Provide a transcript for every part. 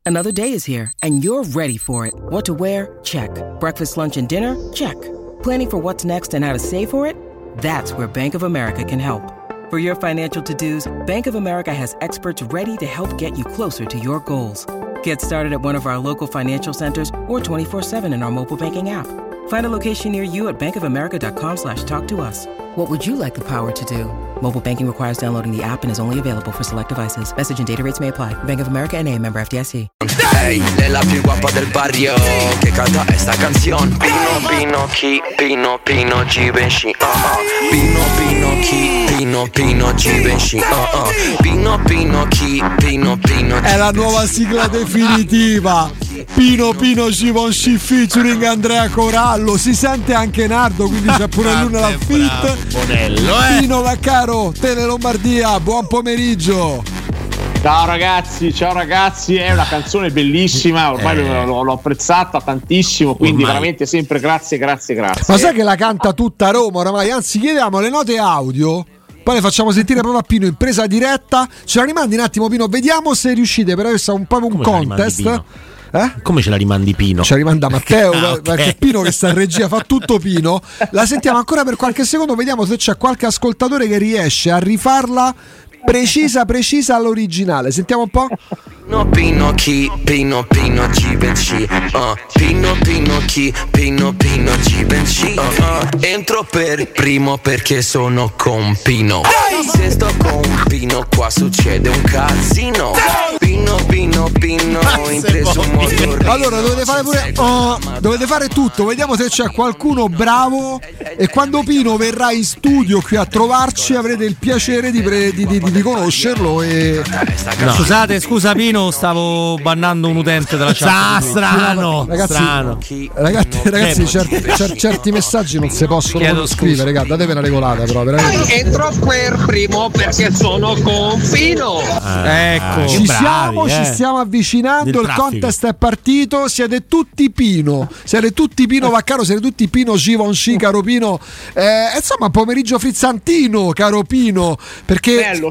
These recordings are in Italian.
Another day is here, and you're ready for it. What to wear? Check. Breakfast, lunch, and dinner? Check. Planning for what's next and how to save for it? That's where Bank of America can help. For your financial to-dos, Bank of America has experts ready to help get you closer to your goals. Get started at one of our local financial centers or 24/7 in our mobile banking app. Find a location near you at bankofamerica.com/talktous. What would you like the power to do? Mobile banking requires downloading the app and is only available for select devices. Message and data rates may apply. Bank of America N.A., member FDIC. Hey, è la più guapa del barrio che canta esta canción. Pino, chi, Pino, Givenchy. Pino, chi, Pino, Givenchy. Pino, chi, Pino. È la nuova sigla definitiva. Pino, Givenchy featuring Andrea Corallo. Si sente anche Nardo, quindi c'è pure lui nella fit. Pino Vaccaro, Tele Lombardia, buon pomeriggio. Ciao ragazzi, è una canzone bellissima, ormai l'ho apprezzata tantissimo, quindi ormai. Veramente sempre grazie. Ma sai che la canta tutta Roma oramai, anzi chiediamo le note audio, poi le facciamo sentire proprio a Pino in presa diretta, ce la rimandi un attimo Pino, vediamo se riuscite, però questo è proprio un contest. Come ce la rimandi Pino? Ce la rimanda Matteo, okay. Perché Pino che sta in regia fa tutto Pino. La sentiamo ancora per qualche secondo, vediamo se c'è qualche ascoltatore che riesce a rifarla precisa all'originale. Sentiamo un po'. Pino, chi, Pino, Givenchy. Pino, chi, Pino, Givenchy. Entro per primo perché sono con Pino. Se sto con Pino qua succede un casino. Pino, inteso modo. Allora dovete fare tutto. Vediamo se c'è qualcuno bravo. E quando Pino verrà in studio qui a trovarci avrete il piacere di conoscerlo. No. Scusa Pino, stavo bannando un utente della chat. Strano. Ragazzi, certi messaggi non si possono scrivere, datevi una regolata però veramente. Entro per primo perché sono con Pino. Ecco, ci stiamo avvicinando, il contest è partito, siete tutti Pino Vaccaro, siete tutti Pino Givenchy, caro Pino. Insomma, pomeriggio frizzantino, caro Pino, perché bello,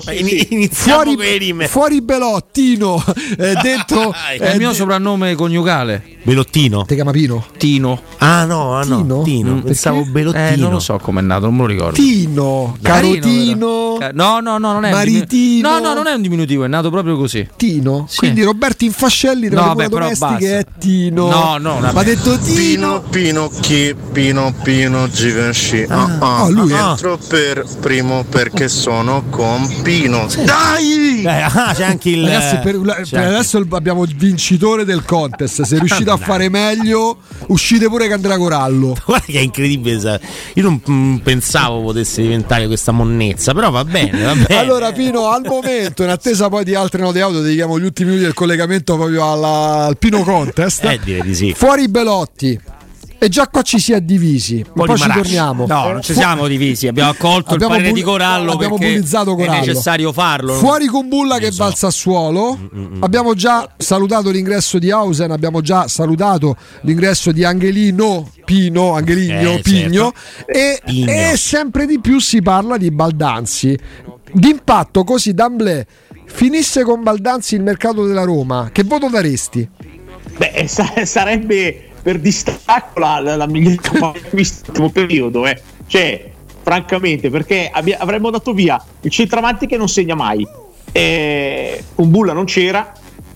fuori Belottino, dentro è il mio soprannome coniugale. Belottino. Ti chiama Pino? Tino. Tino. Pensavo Belottino. Non lo so com'è nato, non me lo ricordo. Tino, Carotino. No, non è Maritino. No, non è un diminutivo, è nato proprio così. Tino? Sì. Quindi Roberto Infascelli della cura domestica è Tino. No, ma ha detto Tino. Pino, chi, Pino, Givenchy. Lui entro per primo perché sono con Pino. Sì. Dai! C'è anche il. Ragazzi, per adesso abbiamo il vincitore del contest. Se riuscite a fare meglio, uscite pure Andrea Corallo. Guarda che è incredibile. Io non pensavo potesse diventare questa monnezza, però va bene. Allora, Pino, al momento, in attesa poi di altre note audio, dedichiamo gli ultimi minuti del collegamento proprio al Pino Contest. Direi di sì. Fuori Belotti. E già qua ci si è divisi, poi ci torniamo. No, non ci siamo divisi, abbiamo accolto il parere di Corallo, abbiamo bullizzato Corallo. È necessario farlo. Fuori con Bulla che va al Sassuolo. Abbiamo già salutato l'ingresso di Hausen, abbiamo già salutato l'ingresso di Pigno. Certo. E sempre di più si parla di Baldanzi. D'impatto così d'amblè, finisse con Baldanzi il mercato della Roma, che voto daresti? Beh, sarebbe per distacco la migliore quest'ultimo periodo, cioè francamente, perché avremmo dato via il centravanti che non segna mai, con Bulla non c'era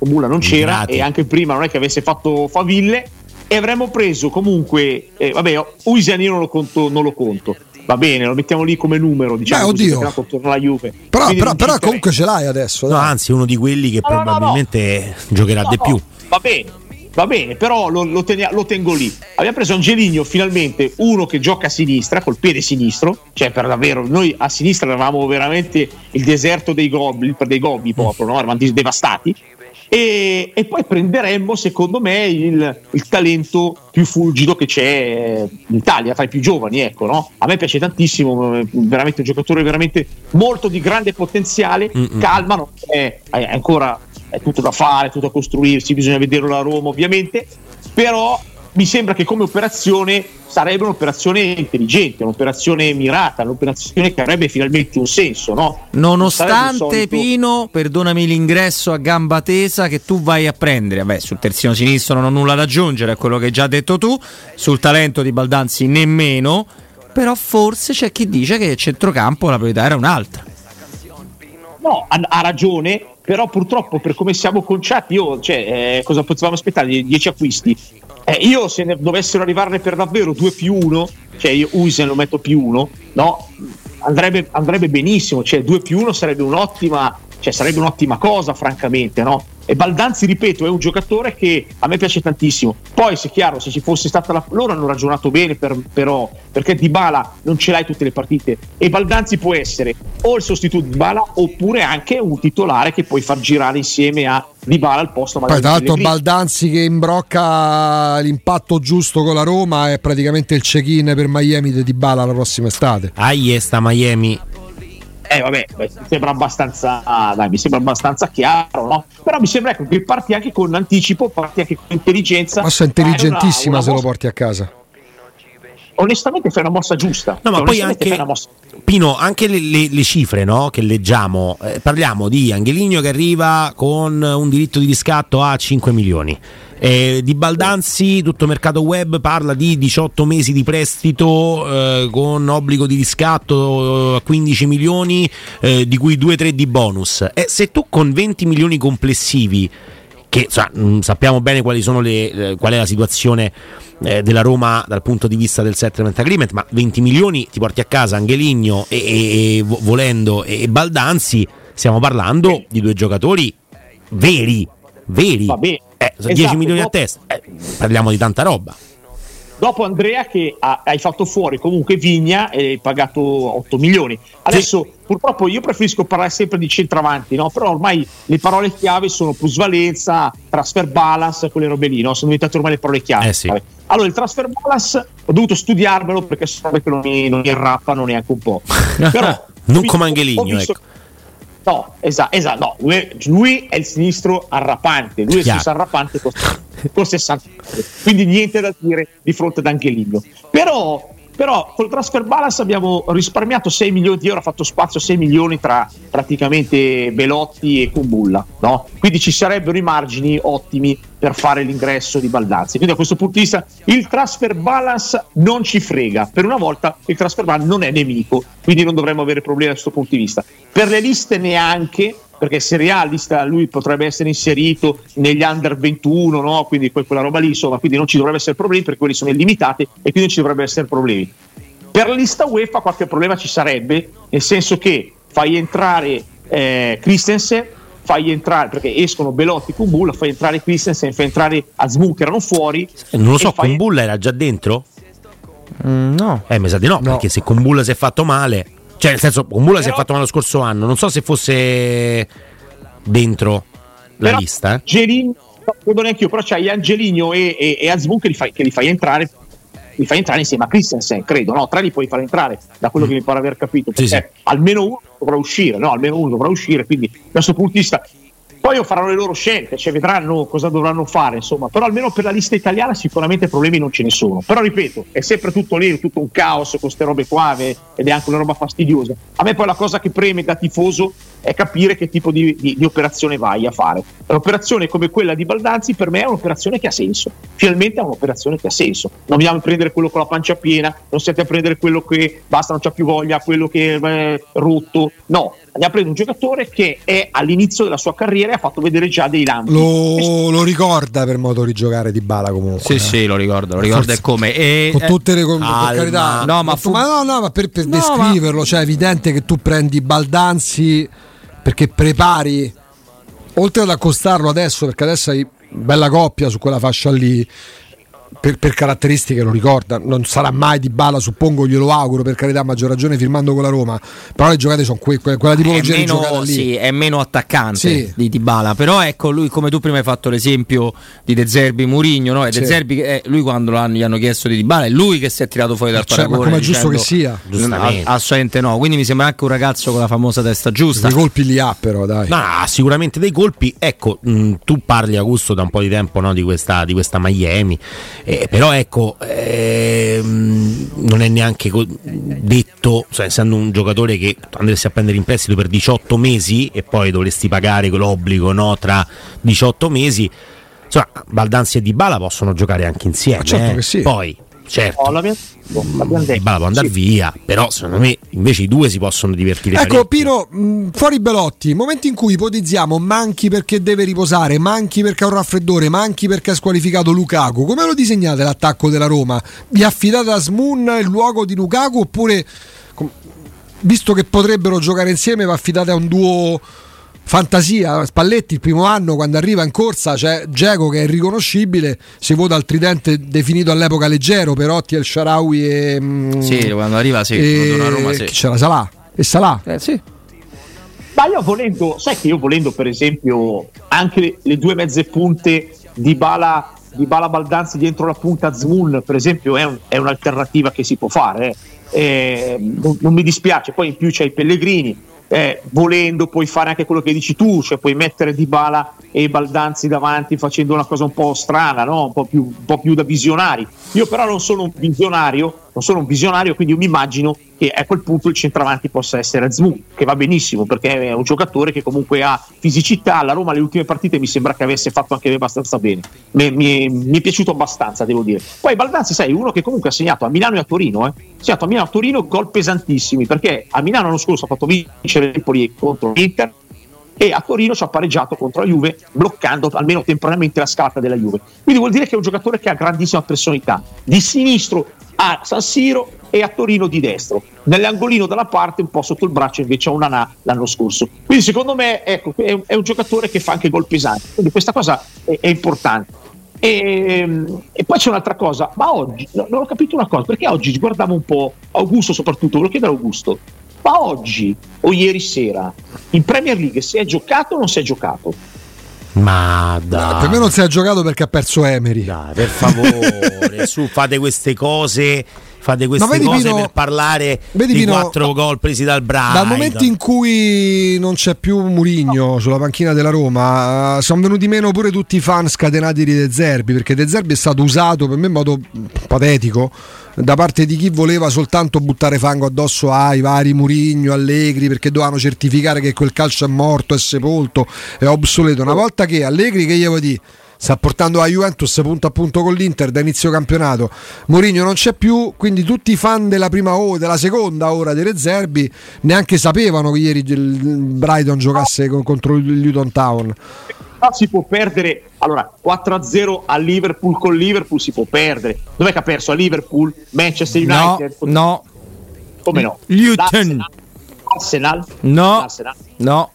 e anche prima non è che avesse fatto faville, e avremmo preso comunque Uisian io non lo conto, va bene, lo mettiamo lì come numero, diciamo, torna la Juve, però comunque ce l'hai adesso, no, anzi uno di quelli che probabilmente giocherà di più. Va bene, però lo tengo lì. Abbiamo preso Angelino, finalmente uno che gioca a sinistra, col piede sinistro, cioè per davvero, noi a sinistra eravamo veramente il deserto dei gobbi proprio, no? Eravamo devastati. E poi prenderemmo, secondo me, il talento più fulgido che c'è in Italia, tra i più giovani, ecco, no? A me piace tantissimo, veramente un giocatore veramente molto di grande potenziale, calma, no? È ancora... è tutto da fare, tutto da costruirsi, bisogna vederlo la Roma ovviamente, però mi sembra che come operazione sarebbe un'operazione intelligente, un'operazione mirata, un'operazione che avrebbe finalmente un senso, no? Nonostante Pino, perdonami l'ingresso a gamba tesa che tu vai a prendere, vabbè, sul terzino sinistro non ho nulla da aggiungere a quello che hai già detto tu, sul talento di Baldanzi nemmeno, però forse c'è chi dice che il centrocampo la priorità era un'altra. No, ha ragione, però purtroppo per come siamo conciati, cosa potevamo aspettare? 10 acquisti. Io se ne dovessero arrivarne per davvero 2+1, cioè io Uisen lo metto +1, no? Andrebbe benissimo, cioè 2+1 sarebbe un'ottima cosa, francamente, no? E Baldanzi, ripeto, è un giocatore che a me piace tantissimo. Poi, se è chiaro, se ci fosse stata loro hanno ragionato bene, però perché Dybala non ce l'hai tutte le partite e Baldanzi può essere o il sostituto di Dybala oppure anche un titolare che puoi far girare insieme a Dybala al posto. Poi tra l'altro Baldanzi che imbrocca l'impatto giusto con la Roma è praticamente il check-in per Miami di Dybala la prossima estate. Sta Miami. Vabbè, mi sembra abbastanza chiaro, no? Però mi sembra che parti anche con anticipo, parti anche con intelligenza. Mossa intelligentissima una se lo porti a casa. Onestamente fai una mossa giusta. No, ma poi anche Pino, anche le cifre, no, che leggiamo, parliamo di Angeligno che arriva con un diritto di riscatto a 5 milioni. Di Baldanzi, tutto mercato web parla di 18 mesi di prestito con obbligo di riscatto a 15 milioni, di cui 2-3 di bonus. Se tu con 20 milioni complessivi, che sappiamo bene qual è la situazione della Roma dal punto di vista del settlement agreement, ma 20 milioni ti porti a casa Angeligno e volendo e Baldanzi, stiamo parlando di due giocatori veri. Vabbè. 10 milioni a testa, parliamo di tanta roba. Dopo Andrea che hai fatto fuori comunque Vigna e hai pagato 8 milioni. Adesso purtroppo io preferisco parlare sempre di centravanti, no? Però ormai le parole chiave sono plusvalenza, transfer balance, quelle robe lì, no? Sono diventate ormai le parole chiave. Sì. Allora il transfer balance ho dovuto studiarmelo perché so che non mi arrappano neanche un po'. Però non come Angeligno, ecco. No, esatto, no, lui è il sinistro arrappante, lui è il sinistro arrappante con 60, quindi niente da dire di fronte ad Angeligno. Però col transfer balance abbiamo risparmiato 6 milioni di euro, ha fatto spazio 6 milioni tra praticamente Belotti e Kumbulla, no? Quindi ci sarebbero i margini ottimi per fare l'ingresso di Baldanzi. Quindi da questo punto di vista il transfer balance non ci frega, per una volta il transfer balance non è nemico, quindi non dovremmo avere problemi da questo punto di vista. Per le liste neanche, perché Serie A lista lui potrebbe essere inserito negli under 21, no? Quindi quella roba lì, insomma, quindi non ci dovrebbe essere problemi perché quelli sono illimitati e quindi non ci dovrebbero essere problemi. Per la lista UEFA qualche problema ci sarebbe, nel senso che fai entrare Christensen, fai entrare, perché escono Belotti, Kumbulla, fai entrare Christensen, fai entrare Azmoun che erano fuori. Non lo so, Kumbulla era già dentro? No. Mi sa di no, perché se Kumbulla si è fatto male, cioè nel senso Kumbulla si è fatto male lo scorso anno, non so se fosse dentro la lista. Angelino, non credo neanche io, però c'hai Angeligno e Azmoun che li fai entrare insieme a Christensen, credo, no? 3 li puoi far entrare, da quello che mi pare aver capito, perché sì. almeno uno dovrà uscire, quindi da questo punto di vista poi faranno le loro scelte, cioè vedranno cosa dovranno fare, insomma, però almeno per la lista italiana sicuramente problemi non ce ne sono. Però ripeto, è sempre tutto lì, tutto un caos con queste robe qua ed è anche una roba fastidiosa. A me poi la cosa che preme da tifoso è capire che tipo di operazione vai a fare. Un'operazione come quella di Baldanzi per me è un'operazione che ha senso, finalmente è un'operazione che ha senso. Non andiamo a prendere quello con la pancia piena, non stiamo a prendere quello che basta, non c'ha più voglia, quello che è rotto, no, andiamo a prendere un giocatore che è all'inizio della sua carriera e ha fatto vedere già dei lampi. Lo ricorda per modo di giocare Dybala comunque. Sì, lo ricordo e come. Con tutte le per carità. Ma per descriverlo, cioè è evidente che tu prendi Baldanzi perché prepari, oltre ad accostarlo adesso, perché adesso hai bella coppia su quella fascia lì, per caratteristiche lo ricorda, non sarà mai Dybala, suppongo, glielo auguro, per carità, a maggior ragione firmando con la Roma, però le giocate sono quella tipologia di giocata lì. Sì, è meno attaccante di Dybala, però ecco, lui, come tu prima hai fatto l'esempio di De Zerbi, Mourinho, no? E De Zerbi, lui quando gli hanno chiesto di Dybala è lui che si è tirato fuori dal paragone, ma come è giusto che sia, assolutamente no, quindi mi sembra anche un ragazzo con la famosa testa giusta. Dei colpi li ha, però dai, sicuramente dei colpi. Ecco, tu parli, Augusto, da un po' di tempo, no, di questa Miami. Però ecco, non è neanche detto, cioè, essendo un giocatore che andresti a prendere in prestito per 18 mesi e poi dovresti pagare l'obbligo, no, tra 18 mesi, insomma Baldanzi e Dybala possono giocare anche insieme, certo che sì. Poi certo Dybala può andare sì. via, però secondo me invece i due si possono divertire ecco parecchio. Pino, fuori Belotti, momenti in cui ipotizziamo manchi perché deve riposare, manchi perché ha un raffreddore, manchi perché ha squalificato Lukaku, come lo disegnate l'attacco della Roma? Vi affidate a Smoon il luogo di Lukaku, oppure visto che potrebbero giocare insieme vi affidate a un duo fantasia? Spalletti il primo anno, quando arriva in corsa c'è Dzeko che è irriconoscibile, si vota al tridente definito all'epoca leggero, Perotti, El Shaarawy e sì, quando arriva e, a Roma, sì. c'era Salah e Salah sì. Ma io volendo per esempio anche le due mezze punte di Dybala Baldanzi dietro la punta Zmoun per esempio è un'alternativa che si può fare, non mi dispiace. Poi in più c'hai Pellegrini, volendo puoi fare anche quello che dici tu, cioè puoi mettere Dybala e Baldanzi davanti facendo una cosa un po' strana, no? un po' più da visionari. Io però non sono un visionario, quindi io mi immagino che a quel punto il centravanti possa essere Zmoun, che va benissimo perché è un giocatore che comunque ha fisicità. La Roma le ultime partite mi sembra che avesse fatto anche abbastanza bene, mi è piaciuto abbastanza, devo dire. Poi Baldanzi, sai, uno che comunque ha segnato a Milano e a Torino, gol pesantissimi, perché a Milano l'anno scorso ha fatto vincere Empoli contro l'Inter e a Torino ci ha pareggiato contro la Juve, bloccando almeno temporaneamente la scalata della Juve. Quindi vuol dire che è un giocatore che ha grandissima personalità, di sinistro a San Siro e a Torino di destro, nell'angolino dalla parte un po' sotto il braccio invece a Onana l'anno scorso. Quindi secondo me ecco, è un giocatore che fa anche gol pesanti, quindi questa cosa è importante. E poi c'è un'altra cosa, ma oggi non ho capito una cosa, perché oggi guardavo un po' Augusto, soprattutto, ve lo chiedo a Augusto, ma oggi o ieri sera in Premier League si è giocato o non si è giocato? Ma dai, per me non si è giocato perché ha perso Emery. Dai, per favore, fate queste cose per parlare di 4 gol presi dal Brighton. Dal momento in cui non c'è più Mourinho sulla panchina della Roma, sono venuti meno pure tutti i fan scatenati di De Zerbi, perché De Zerbi è stato usato per me in modo patetico da parte di chi voleva soltanto buttare fango addosso ai vari Mourinho, Allegri, perché dovevano certificare che quel calcio è morto, è sepolto, è obsoleto. Una volta che Allegri, che io di sta portando la Juventus punto a punto con l'Inter da inizio campionato, Mourinho non c'è più, quindi tutti i fan della prima o della seconda ora di De Zerbi neanche sapevano che ieri il Brighton giocasse contro il Luton Town. No, si può perdere, allora 4-0 a Liverpool, con Liverpool si può perdere. Dov'è che ha perso? A Liverpool? Manchester United? No. Come no? Luton. Arsenal? No. Arsenal? No.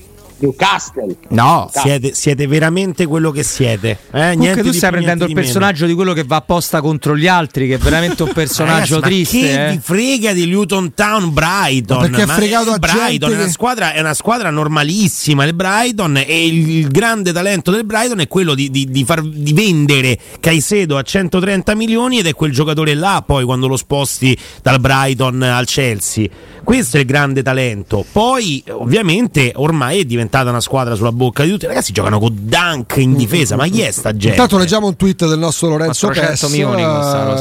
Newcastle? No. Siete veramente quello che siete. Comunque tu stai prendendo il personaggio di quello che va apposta contro gli altri, che è veramente un personaggio triste. Ma che vi frega di Luton Town Brighton? Ma perché è fregato a Brighton è una squadra normalissima. Il Brighton, e il grande talento del Brighton è quello di vendere Caicedo a 130 milioni ed è quel giocatore là poi quando lo sposti dal Brighton al Chelsea. Questo è il grande talento. Poi ovviamente ormai è diventata una squadra sulla bocca di tutti. Ragazzi, giocano con Dunk in difesa, ma chi è sta gente? Intanto leggiamo un tweet del nostro Lorenzo Pes. Milioni costano,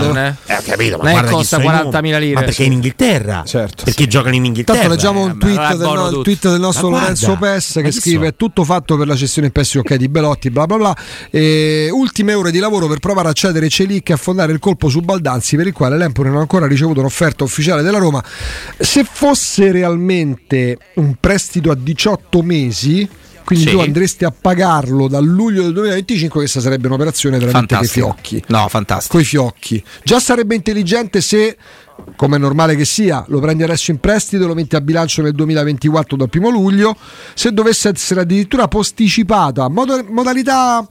ho capito, ma guarda, costa 40.000 lire. Ma perché in Inghilterra? Certo. Perché giocano in Inghilterra. Intanto leggiamo un tweet del nostro Lorenzo Pes che scrive: è tutto fatto per la cessione in prestito di Belotti, bla bla bla. Ultime ore di lavoro per provare a cedere Celic e affondare il colpo su Baldanzi, per il quale l'Empoli non ha ancora ricevuto un'offerta ufficiale della Roma. Se fosse realmente un prestito a 18 mesi, quindi tu andresti a pagarlo dal luglio del 2025, questa sarebbe un'operazione veramente coi fiocchi. No, fantastico. Coi fiocchi. Già sarebbe intelligente se, come è normale che sia, lo prendi adesso in prestito e lo metti a bilancio nel 2024 dal 1 luglio. Se dovesse essere addirittura posticipata, modalità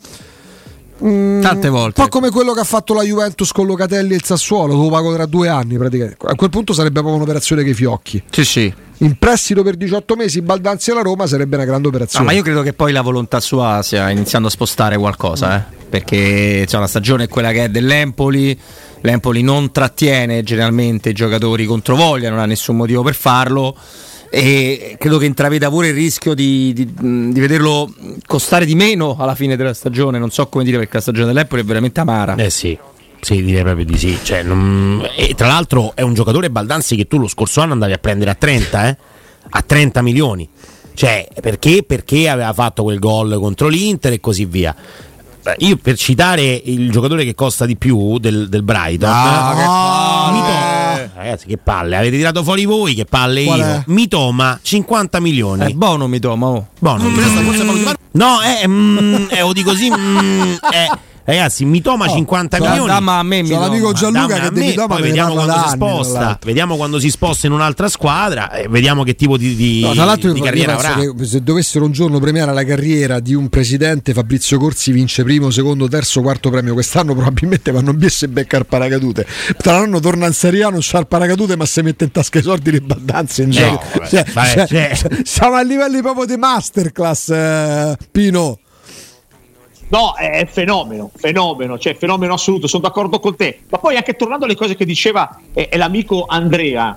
tante volte, un po' come quello che ha fatto la Juventus con Locatelli e il Sassuolo, lo pago tra 2 anni praticamente. A quel punto sarebbe proprio un'operazione che i fiocchi. Sì. In prestito per 18 mesi Baldanzi alla Roma sarebbe una grande operazione. Ma io credo che poi la volontà sua stia iniziando a spostare qualcosa, perché la stagione è quella che è dell'Empoli. L'Empoli non trattiene generalmente i giocatori controvoglia, non ha nessun motivo per farlo. e credo che intraveda pure il rischio di vederlo costare di meno alla fine della stagione. Non so come dire, perché la stagione dell'Empoli è veramente amara. Sì, direi proprio di sì. Cioè, e tra l'altro è un giocatore, Baldanzi, che tu lo scorso anno andavi a prendere a 30, a 30 milioni. Cioè, perché aveva fatto quel gol contro l'Inter e così via. Io, per citare il giocatore che costa di più del Brighton, ragazzi, che palle, avete tirato fuori voi, che palle. Io Mitoma 50 milioni. È buono Mitoma, buono. No, o di così ragazzi, Mitoma 50 milioni. A me, l'amico Gianluca che di Mitoma, poi vediamo quando si sposta. Vediamo quando si sposta in un'altra squadra e vediamo che tipo di tra l'altro di carriera avrà. Che se dovessero un giorno premiare la carriera di un presidente, Fabrizio Corsi vince primo, secondo, terzo, quarto premio. Quest'anno probabilmente vanno Biesse e becca il paracadute. Tra l'anno torna in Serie A, non c'ha il paracadute, ma si mette in tasca i soldi di Baldanzi in giro. Siamo a livelli proprio di masterclass, Pino. No, è fenomeno, cioè fenomeno assoluto, sono d'accordo con te. Ma poi anche tornando alle cose che diceva l'amico Andrea,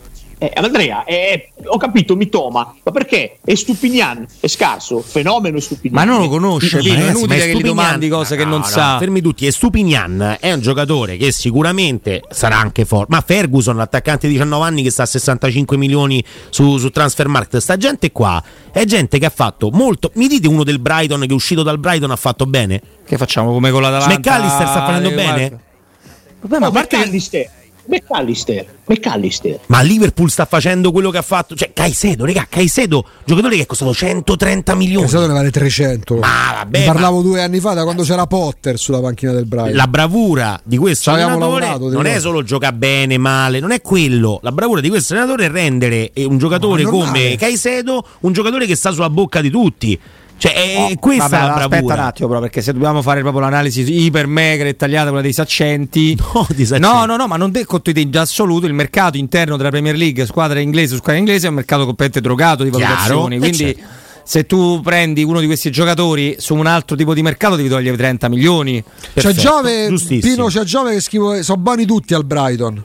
ho capito Mitoma, ma perché? È Stupinian, è scarso, fenomeno Stupinian. Ma non lo conosce, Pino, è inutile che gli domandi cose che non sa. Fermi tutti, e Stupinian è un giocatore che sicuramente sarà anche forte, ma Ferguson, l'attaccante di 19 anni che sta a 65 milioni su Transfermarkt, sta gente qua è gente che ha fatto molto. Mi dite uno del Brighton che è uscito dal Brighton ha fatto bene? Che facciamo come con l'Atalanta? McAllister sta facendo bene? Vabbè, ma a parte McAllister. Ma Liverpool sta facendo quello che ha fatto. Cioè, Caicedo, giocatore che è costato 130 milioni. Caicedo ne vale 300. Ma vabbè, parlavo 2 anni fa, da quando c'era Potter sulla panchina del Brighton. La bravura di questo allenatore non è solo gioca bene, male, non è quello. La bravura di questo allenatore è rendere un giocatore come Caicedo un giocatore che sta sulla bocca di tutti. Cioè, questa è la bravura. Aspetta un attimo, però, perché se dobbiamo fare proprio l'analisi iper mega dettagliata, quella dei saccenti, no, ma non detto in assoluto. Il mercato interno della Premier League, squadra inglese è un mercato completamente drogato di valutazioni. Quindi, se tu prendi uno di questi giocatori su un altro tipo di mercato, devi togliere 30 milioni. C'è Giove, Pino, c'è Giove che scrive: sono buoni tutti al Brighton.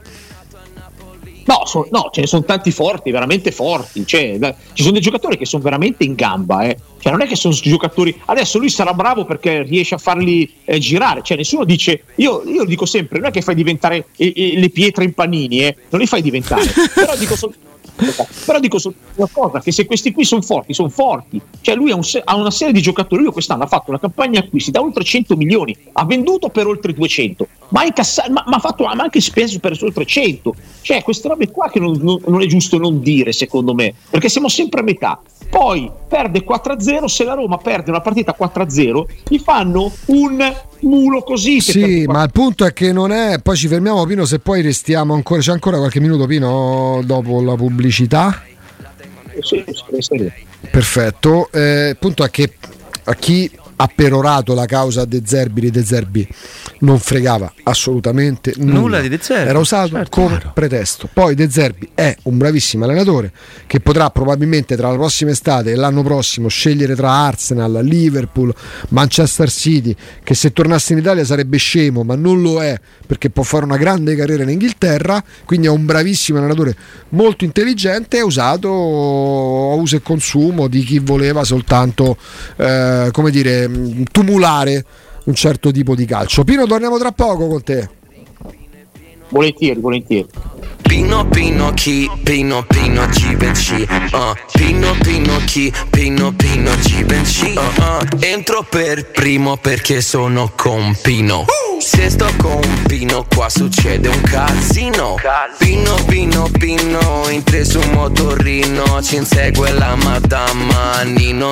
No, ce ne sono tanti forti, veramente forti. Cioè, ci sono dei giocatori che sono veramente in gamba. Cioè, non è che sono giocatori. Adesso lui sarà bravo perché riesce a farli girare. Cioè, nessuno dice. Io lo dico sempre: non è che fai diventare le pietre in panini, non li fai diventare. Però dico solo una cosa: che se questi qui sono forti. Cioè, lui ha una serie di giocatori. Lui quest'anno ha fatto una campagna acquisti da oltre 100 milioni, ha venduto per oltre 200, ma ha anche speso per oltre 100. Cioè, queste robe qua che non è giusto non dire, secondo me, perché siamo sempre a metà. Poi perde 4-0, se la Roma perde una partita 4-0, gli fanno un mulo così. Sì, ma il punto è che non è. Poi ci fermiamo, Pino, se poi restiamo ancora. C'è ancora qualche minuto, Pino, dopo la pubblicità? Sì. Perfetto. Il punto è che a chi ha perorato la causa De Zerbi non fregava assolutamente nulla di De Zerbi, era usato come pretesto. Poi De Zerbi è un bravissimo allenatore che potrà probabilmente tra la prossima estate e l'anno prossimo scegliere tra Arsenal, Liverpool, Manchester City, che se tornasse in Italia sarebbe scemo, ma non lo è perché può fare una grande carriera in Inghilterra. Quindi è un bravissimo allenatore, molto intelligente, usato a uso e consumo di chi voleva soltanto come dire, tumulare un certo tipo di calcio. Pino, torniamo tra poco con te. Volentieri. Pino chi, Pino Givenchy, Pino chi, Pino Givenchy, entro per primo perché sono con Pino. Se sto con Pino qua succede un casino. Pino in su motorino ci insegue la madama Nino.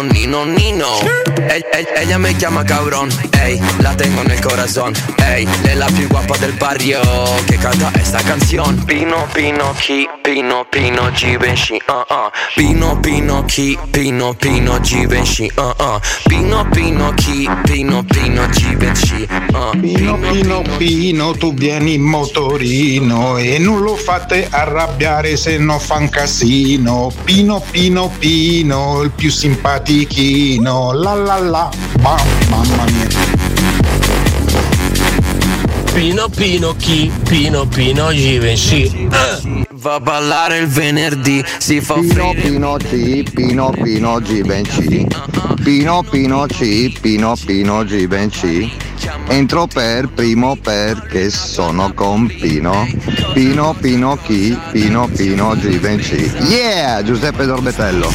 Ella me chiama cabrón, ey, la tengo nel corazón, ey, è la più guapa del barrio che canta esta canción. Pino chi, Pino Givenchy, Pino chi, Pino Givenchy, Pino chi, Pino Givenchy, Pino, tu vieni in motorino e non lo fate arrabbiare se no fan casino. Pino, il più simpatichino, la, mamma mia. Pino chi, Pino Givenchy. va a ballare il venerdì, si fa Pino Pino C, Pino Pino G ben C, Pino Pino C, Pino Pino G ben C. Entro per primo perché sono con Pino. Pino Pino chi, Pino Pino G ben C. Yeah, Giuseppe Dorbetello.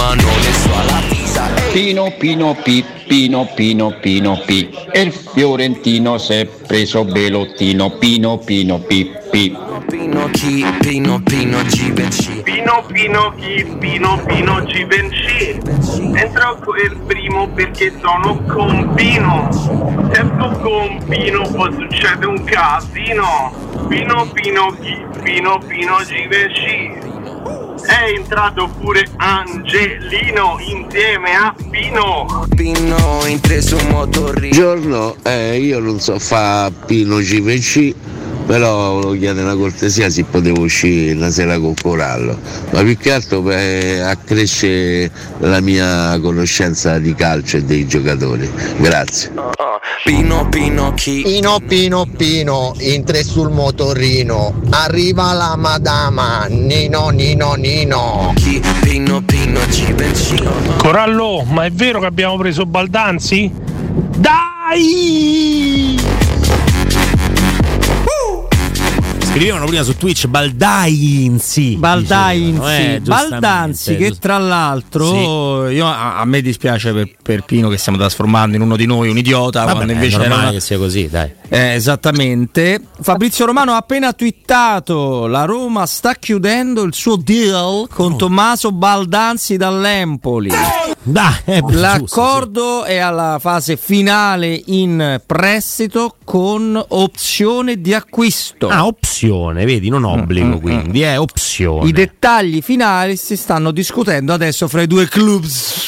Pino Pino P, Pino Pino Pino P. E il fiorentino si è preso Belottino. Pino Pino P, P. Pino chi, Pino Pino G ben C. Pino Pino chi, Pino Pino G ben C. Entro per primo perché sono con Pino. Se sto con Pino poi succede un casino. Pino Pino chi, Pino Pino G ben C. È entrato pure Angelino insieme a Pino. Pino in tre su motorino. Buongiorno, io non so fa Pino GVC, però volevo chiedere una cortesia se potevo uscire la sera con Corallo, ma più che altro per accrescere la mia conoscenza di calcio e dei giocatori. Grazie. Pino Pino chi, Pino Pino Pino in tre sul motorino. Arriva la madama, Nino Nino Nino. chi, Pino Pino G ben C. Corallo, ma è vero che abbiamo preso Baldanzi? Dai! Scrivevano prima su Twitch Baldainzi, Baldanzi che tra l'altro sì. A me dispiace per Pino che stiamo trasformando in uno di noi un idiota. Vabbè, quando invece è normale che sia così, dai. Esattamente. Fabrizio Romano ha appena twittato: la Roma sta chiudendo il suo deal con Tommaso Baldanzi dall'Empoli. L'accordo è alla fase finale in prestito con opzione di acquisto. Opzione, vedi, non obbligo, quindi è opzione. I dettagli finali si stanno discutendo adesso fra i due clubs.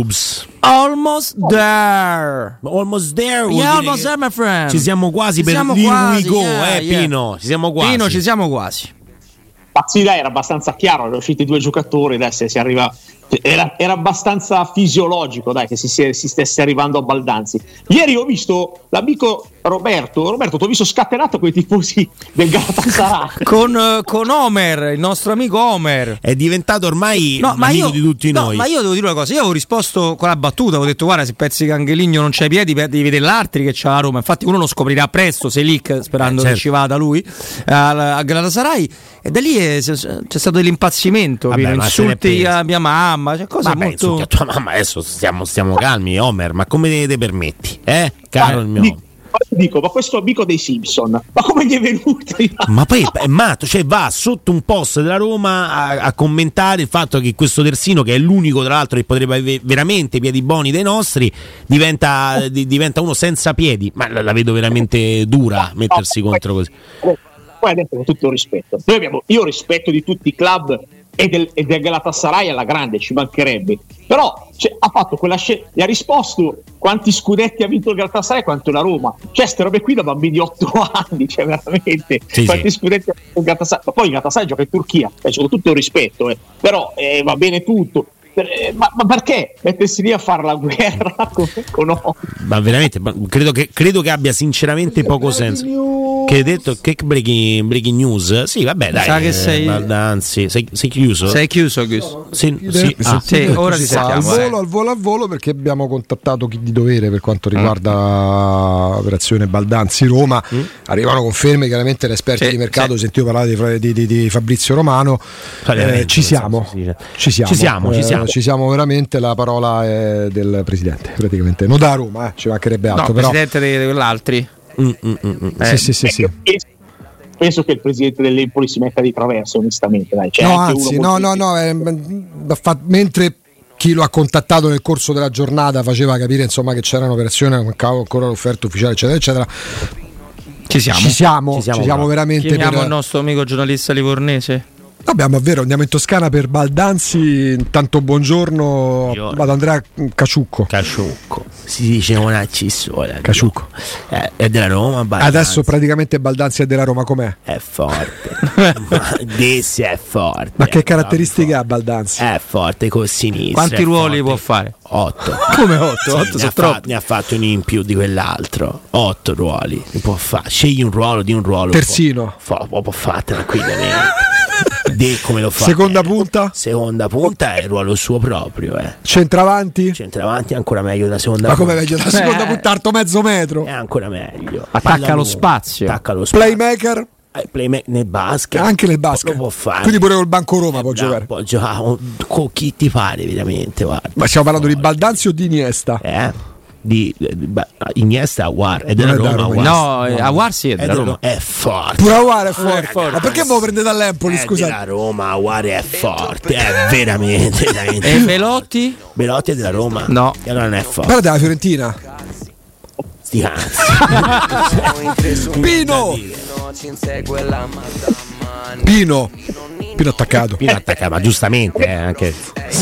Almost there. Yeah, almost there, my friend. Ci siamo quasi per quasi, we go, Pino. Ci siamo quasi. Pino, ci siamo quasi. Pazzila era abbastanza chiaro, erano usciti due giocatori, adesso si arriva. Era abbastanza fisiologico, dai, che si stesse arrivando a Baldanzi. Ieri ho visto l'amico Roberto, ti ho visto scatenato con i tifosi del Galatasaray con Omer, il nostro amico Omer. È diventato ormai amico di tutti noi. Ma io devo dire una cosa, io avevo risposto con la battuta, avevo detto guarda, se pensi che Angeligno non c'ha i piedi devi vedere l'altri che c'ha la Roma. Infatti uno lo scoprirà presto, Selic, sperando che ci vada lui a Galatasaray. E da lì c'è stato dell'impazzimento. Vabbè, insulti a mia mamma, cioè cose molto. A tua mamma, adesso stiamo calmi, Omer, ma come te permetti? Caro il mio. Dico, ma questo amico dei Simpson, ma come gli è venuto? Ma poi è matto, cioè va sotto un post della Roma a commentare il fatto che questo terzino, che è l'unico tra l'altro che potrebbe avere veramente i piedi buoni dei nostri, diventa uno senza piedi. Ma la vedo veramente dura mettersi contro così. Poi adesso, con tutto il rispetto, io rispetto di tutti i club e del Galatasaray alla grande, ci mancherebbe, però ha fatto quella scelta, gli ha risposto quanti scudetti ha vinto il Galatasaray, quanto la Roma, ste robe qui da bambini di 8 anni, cioè veramente quanti scudetti ha vinto il Galatasaray. Ma poi il Galatasaray gioca in Turchia, con tutto il rispetto, però va bene tutto. Ma perché mettersi lì a fare la guerra con ma veramente credo che abbia sinceramente poco senso. Che hai detto che breaking news? Sì, vabbè, dai. Sa che sei Baldanzi, sei chiuso? Sei chiuso, Gus. Sì, ora ci sentiamo. Al volo perché abbiamo contattato chi di dovere per quanto riguarda l'operazione Baldanzi Roma. Arrivano conferme, chiaramente l'esperto di mercato, sentivo parlare di Fabrizio Romano. Ci siamo. Ci siamo veramente, la parola è del presidente, praticamente. Non da Roma, ci mancherebbe altro. No, presidente di quell'altri. Sì. Penso che il presidente dell'Empoli si metta di traverso, onestamente. Dai. Mentre chi lo ha contattato nel corso della giornata faceva capire insomma che c'era un'operazione, mancava ancora l'offerta ufficiale, eccetera. Ci siamo veramente. Chiamiamo il nostro amico giornalista livornese. Andiamo in Toscana per Baldanzi. Intanto buongiorno ad Andrea Caciucco. Si dice una cissola. Caciucco è della Roma. Baldanzi. Adesso praticamente Baldanzi è della Roma, com'è? È forte. Dessi è forte. Ma che caratteristiche ha Baldanzi? È forte con sinistra. Quanti ruoli può fare? 8. Come 8? Ne ha fatto uno in più di quell'altro. 8 ruoli. Può fare. Scegli un ruolo di un ruolo. Terzino. Può fare tranquillamente. come lo fa. Seconda punta? Seconda punta è il ruolo suo proprio. Centravanti? Centravanti è ancora meglio da seconda punta. Ma come meglio da seconda punta? Alto mezzo metro. È ancora meglio. Attacca lo spazio. Playmaker? Nel basket. Anche nel basket. Lo può fare. Quindi pure col Banco Roma può giocare. Può giocare con chi ti pare, veramente. Guarda. Ma stiamo parlando di Baldanzi o di Iniesta? Di Iniesta Aouar è della Roma. No, Aouar sì è della Roma. È forte. Pure Aouar è forte. Ma perché me lo prende dall'Empoli, scusate? È della Roma, Aouar è forte, è veramente. E Belotti? Belotti è della Roma? No. E allora non è forte. Guarda la Fiorentina. Sti cazzi. Pino attaccato. Pino attaccato, ma giustamente anche.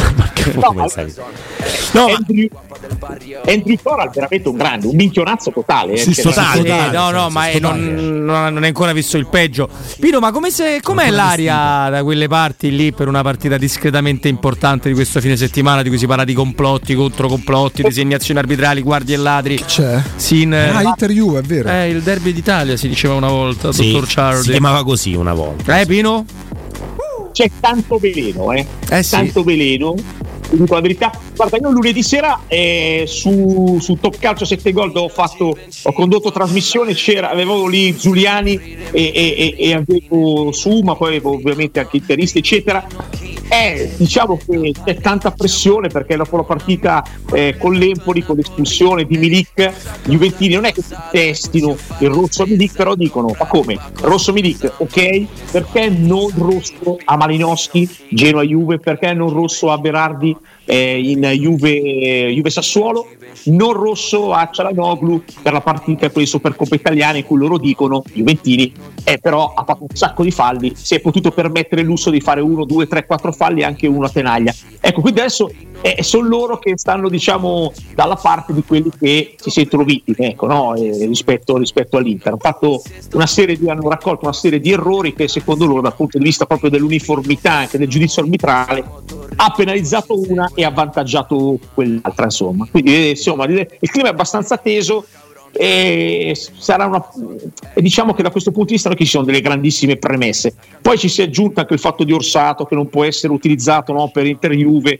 Andrew Coral veramente un grande, un minchionazzo totale. Totale. No, ma non è ancora visto il peggio. Pino, ma com'è l'aria da quelle parti lì per una partita discretamente importante di questo fine settimana, di cui si parla di complotti, contro complotti, designazioni arbitrali, guardie e ladri? C'è? Inter Juve, è vero. Il derby d'Italia si diceva una volta, dottor Ciardi. Si chiamava così una volta. Pino? C'è tanto veleno, tanto veleno. Ti dico la verità, guarda, io lunedì sera su Top Calcio 7 Gold ho condotto trasmissione, avevo lì Giuliani e avevo Suma, poi avevo ovviamente anche Interisti eccetera. Diciamo che c'è tanta pressione perché dopo la partita con l'Empoli, con l'espulsione di Milik, gli Juventini non è che si testino il rosso a Milik, però dicono: ma come? Rosso Milik, ok, perché non rosso a Malinowski, Genoa Juve, perché non rosso a Berardi in Juve Sassuolo, non rosso a Cialanoglu per la partita con le Supercoppe italiane, in cui loro dicono, Juventini, però ha fatto un sacco di falli, si è potuto permettere il lusso di fare 1, 2, 3, 4 falli e anche uno a tenaglia. Ecco, quindi adesso sono loro che stanno, diciamo, dalla parte di quelli che si sentono vittime, ecco, no? rispetto all'Inter. Hanno raccolto una serie di errori che secondo loro, dal punto di vista proprio dell'uniformità anche del giudizio arbitrale, ha penalizzato una e avvantaggiato quell'altra, insomma. Quindi insomma il clima è abbastanza teso e diciamo che da questo punto di vista non ci sono delle grandissime premesse. Poi ci si è aggiunto anche il fatto di Orsato, che non può essere utilizzato, no, per Inter Juve,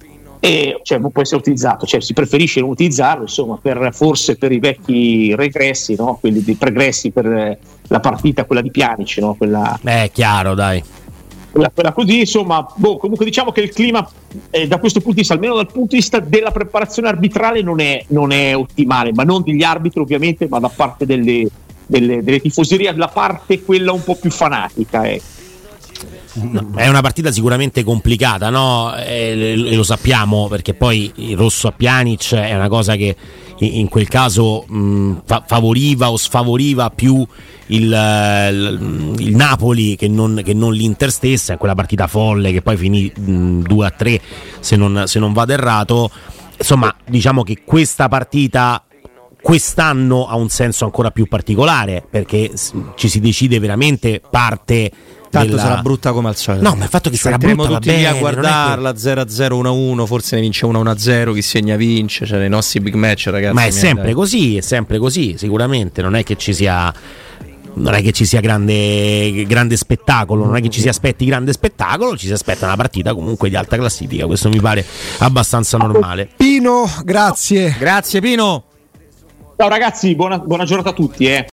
non può essere utilizzato, si preferisce non utilizzarlo, insomma, forse per i vecchi regressi, no? Quelli dei pregressi per la partita, quella di Pjanic, no? Quella chiaro, dai. Quella così, insomma, comunque diciamo che il clima da questo punto di vista, almeno dal punto di vista della preparazione arbitrale, non è ottimale, ma non degli arbitri ovviamente, ma da parte delle tifoserie, la parte quella un po' più fanatica. È una partita sicuramente complicata, no? Lo sappiamo, perché poi il rosso a Pjanic è una cosa che in quel caso favoriva o sfavoriva più il Napoli che non l'Inter stessa, in quella partita folle che poi finì 2-3 se non vado errato. Insomma, diciamo che questa partita quest'anno ha un senso ancora più particolare, perché ci si decide veramente parte. Tanto sarà brutta come al solito. No, ma il fatto che sarà brutta, va tutti bene, lì a guardarla 0-0, 1-1, forse ne vince 1-1-0, chi segna vince, nei nostri big match, ragazzi. Ma è sempre così, sicuramente. Non è che ci sia grande spettacolo, non è che ci si aspetti grande spettacolo, ci si aspetta una partita comunque di alta classifica, questo mi pare abbastanza normale. Pino, grazie. Grazie Pino. Ciao ragazzi, buona giornata a tutti.